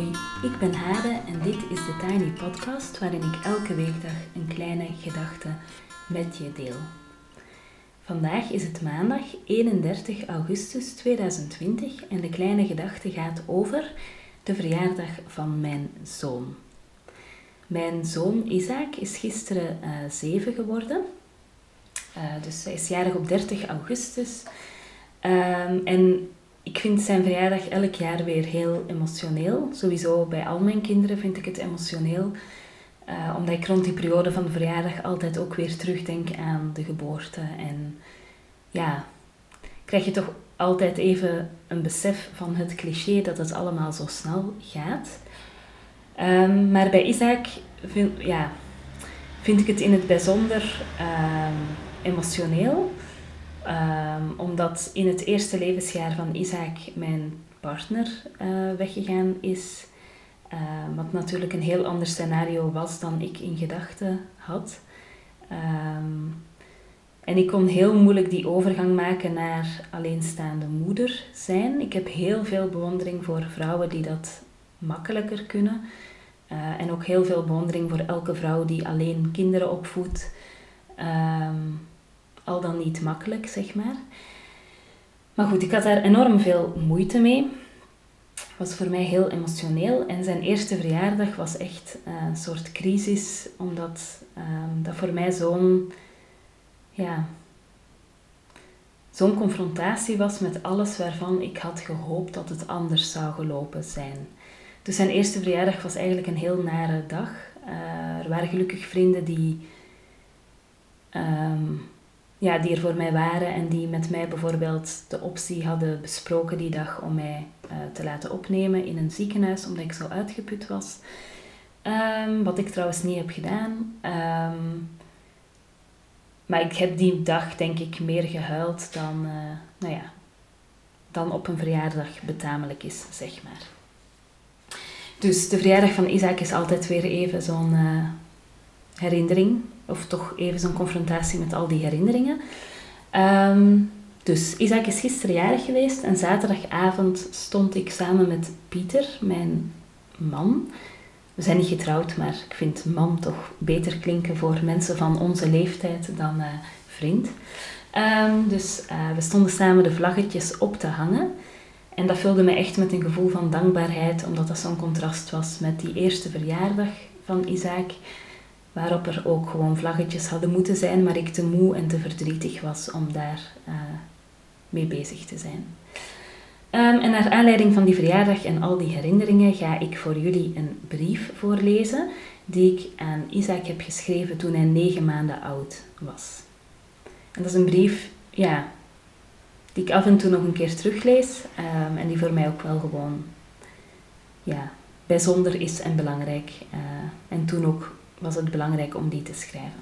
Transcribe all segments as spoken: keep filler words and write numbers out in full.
Hoi, ik ben Hade en dit is de Tiny Podcast waarin ik elke weekdag een kleine gedachte met je deel. Vandaag is het maandag eenendertig augustus tweeduizend twintig en de kleine gedachte gaat over de verjaardag van mijn zoon. Mijn zoon Isaac is gisteren uh, zeven geworden, uh, dus hij is jarig op dertig augustus. Um, en ik vind zijn verjaardag elk jaar weer heel emotioneel. Sowieso bij al mijn kinderen vind ik het emotioneel. Uh, omdat ik rond die periode van de verjaardag altijd ook weer terugdenk aan de geboorte. En ja, krijg je toch altijd even een besef van het cliché dat het allemaal zo snel gaat. Um, maar bij Isaac vind, ja, vind ik het in het bijzonder um, emotioneel. Um, omdat in het eerste levensjaar van Isaac mijn partner uh, weggegaan is. Uh, wat natuurlijk een heel ander scenario was dan ik in gedachten had. Um, en ik kon heel moeilijk die overgang maken naar alleenstaande moeder zijn. Ik heb heel veel bewondering voor vrouwen die dat makkelijker kunnen. Uh, en ook heel veel bewondering voor elke vrouw die alleen kinderen opvoedt. Um, Al dan niet makkelijk, zeg maar. Maar goed, ik had daar enorm veel moeite mee. Het was voor mij heel emotioneel. En zijn eerste verjaardag was echt uh, een soort crisis. Omdat um, dat voor mij zo'n... Ja, zo'n confrontatie was met alles waarvan ik had gehoopt dat het anders zou gelopen zijn. Dus zijn eerste verjaardag was eigenlijk een heel nare dag. Uh, er waren gelukkig vrienden die... Um, Ja, die er voor mij waren en die met mij bijvoorbeeld de optie hadden besproken die dag om mij uh, te laten opnemen in een ziekenhuis, omdat ik zo uitgeput was. Um, wat ik trouwens niet heb gedaan. Um, maar ik heb die dag denk ik meer gehuild dan, uh, nou ja, dan op een verjaardag betamelijk is, zeg maar. Dus de verjaardag van Isaac is altijd weer even zo'n uh, herinnering. Of toch even zo'n confrontatie met al die herinneringen. Um, dus Isaac is gisteren jarig geweest en zaterdagavond stond ik samen met Pieter, mijn man. We zijn niet getrouwd, maar ik vind man toch beter klinken voor mensen van onze leeftijd dan uh, vriend. Um, dus uh, we stonden samen de vlaggetjes op te hangen. En dat vulde me echt met een gevoel van dankbaarheid, omdat dat zo'n contrast was met die eerste verjaardag van Isaac. Waarop er ook gewoon vlaggetjes hadden moeten zijn, maar ik te moe en te verdrietig was om daar uh, mee bezig te zijn. Um, en naar aanleiding van die verjaardag en al die herinneringen ga ik voor jullie een brief voorlezen die ik aan Isaac heb geschreven toen hij negen maanden oud was. En dat is een brief, ja, die ik af en toe nog een keer teruglees um, en die voor mij ook wel gewoon, ja, bijzonder is en belangrijk. Uh, en toen ook was het belangrijk om die te schrijven.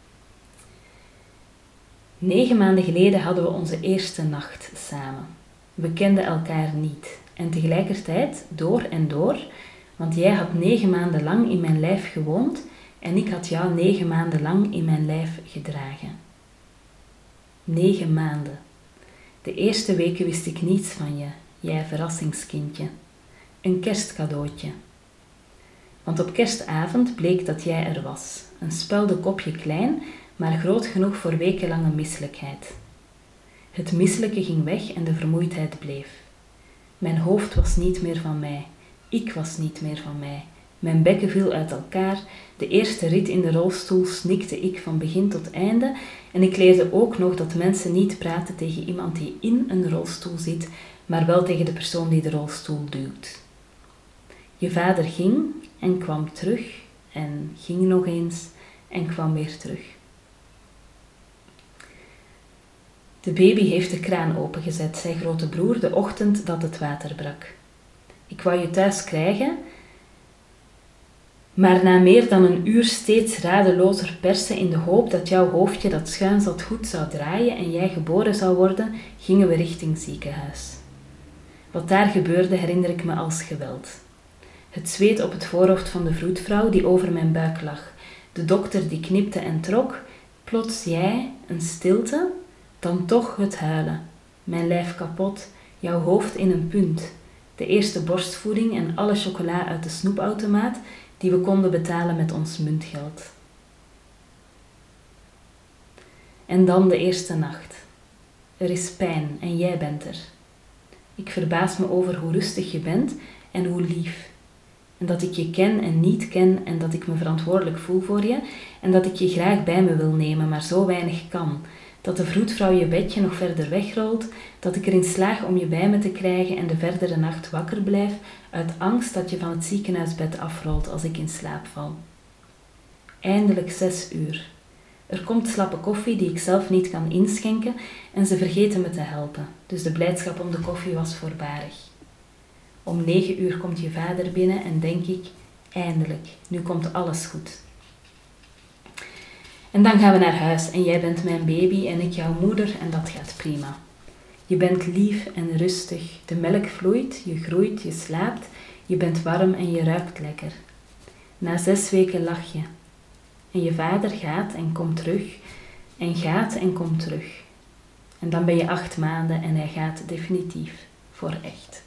Negen maanden geleden hadden we onze eerste nacht samen. We kenden elkaar niet. En tegelijkertijd door en door, want jij had negen maanden lang in mijn lijf gewoond en ik had jou negen maanden lang in mijn lijf gedragen. Negen maanden. De eerste weken wist ik niets van je, jij verrassingskindje. Een kerstcadeautje. Want op kerstavond bleek dat jij er was. Een speldenkopje klein, maar groot genoeg voor wekenlange misselijkheid. Het misselijke ging weg en de vermoeidheid bleef. Mijn hoofd was niet meer van mij. Ik was niet meer van mij. Mijn bekken viel uit elkaar. De eerste rit in de rolstoel snikte ik van begin tot einde. En ik leerde ook nog dat mensen niet praten tegen iemand die in een rolstoel zit, maar wel tegen de persoon die de rolstoel duwt. Je vader ging en kwam terug en ging nog eens en kwam weer terug. De baby heeft de kraan opengezet, zei grote broer, de ochtend dat het water brak. Ik wou je thuis krijgen, maar na meer dan een uur steeds radelozer persen in de hoop dat jouw hoofdje dat schuin zat goed zou draaien en jij geboren zou worden, gingen we richting ziekenhuis. Wat daar gebeurde herinner ik me als geweld. Het zweet op het voorhoofd van de vroedvrouw die over mijn buik lag. De dokter die knipte en trok. Plots jij, een stilte, dan toch het huilen. Mijn lijf kapot, jouw hoofd in een punt. De eerste borstvoeding en alle chocola uit de snoepautomaat die we konden betalen met ons muntgeld. En dan de eerste nacht. Er is pijn en jij bent er. Ik verbaas me over hoe rustig je bent en hoe lief. En dat ik je ken en niet ken en dat ik me verantwoordelijk voel voor je en dat ik je graag bij me wil nemen, maar zo weinig kan. Dat de vroedvrouw je bedje nog verder wegrolt, dat ik erin slaag om je bij me te krijgen en de verdere nacht wakker blijf uit angst dat je van het ziekenhuisbed afrolt als ik in slaap val. Eindelijk zes uur. Er komt slappe koffie die ik zelf niet kan inschenken en ze vergeten me te helpen, dus de blijdschap om de koffie was voorbarig. Om negen uur komt je vader binnen en denk ik, eindelijk, nu komt alles goed. En dan gaan we naar huis en jij bent mijn baby en ik jouw moeder en dat gaat prima. Je bent lief en rustig, de melk vloeit, je groeit, je slaapt, je bent warm en je ruikt lekker. Na zes weken lach je. En je vader gaat en komt terug en gaat en komt terug. En dan ben je acht maanden en hij gaat definitief, voor echt.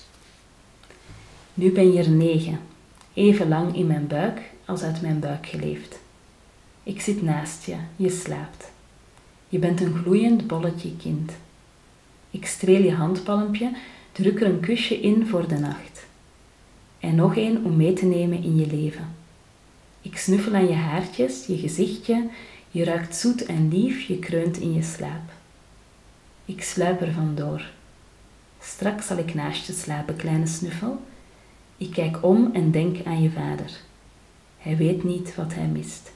Nu ben je er negen, even lang in mijn buik als uit mijn buik geleefd. Ik zit naast je, je slaapt. Je bent een gloeiend bolletje kind. Ik streel je handpalmpje, druk er een kusje in voor de nacht. En nog één om mee te nemen in je leven. Ik snuffel aan je haartjes, je gezichtje, je ruikt zoet en lief, je kreunt in je slaap. Ik sluip er vandoor. Straks zal ik naast je slapen, kleine snuffel. Ik kijk om en denk aan je vader. Hij weet niet wat hij mist.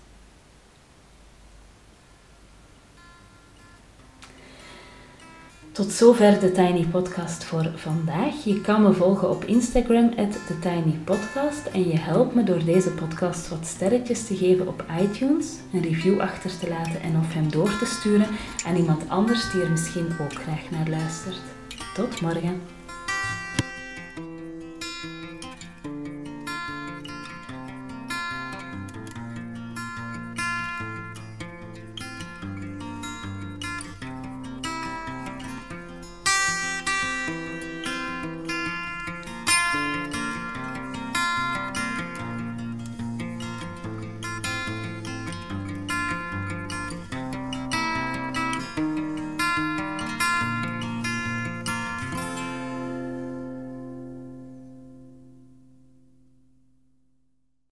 Tot zover de Tiny Podcast voor vandaag. Je kan me volgen op Instagram, at TheTinyPodcast. En je helpt me door deze podcast wat sterretjes te geven op iTunes, een review achter te laten en of hem door te sturen aan iemand anders die er misschien ook graag naar luistert. Tot morgen.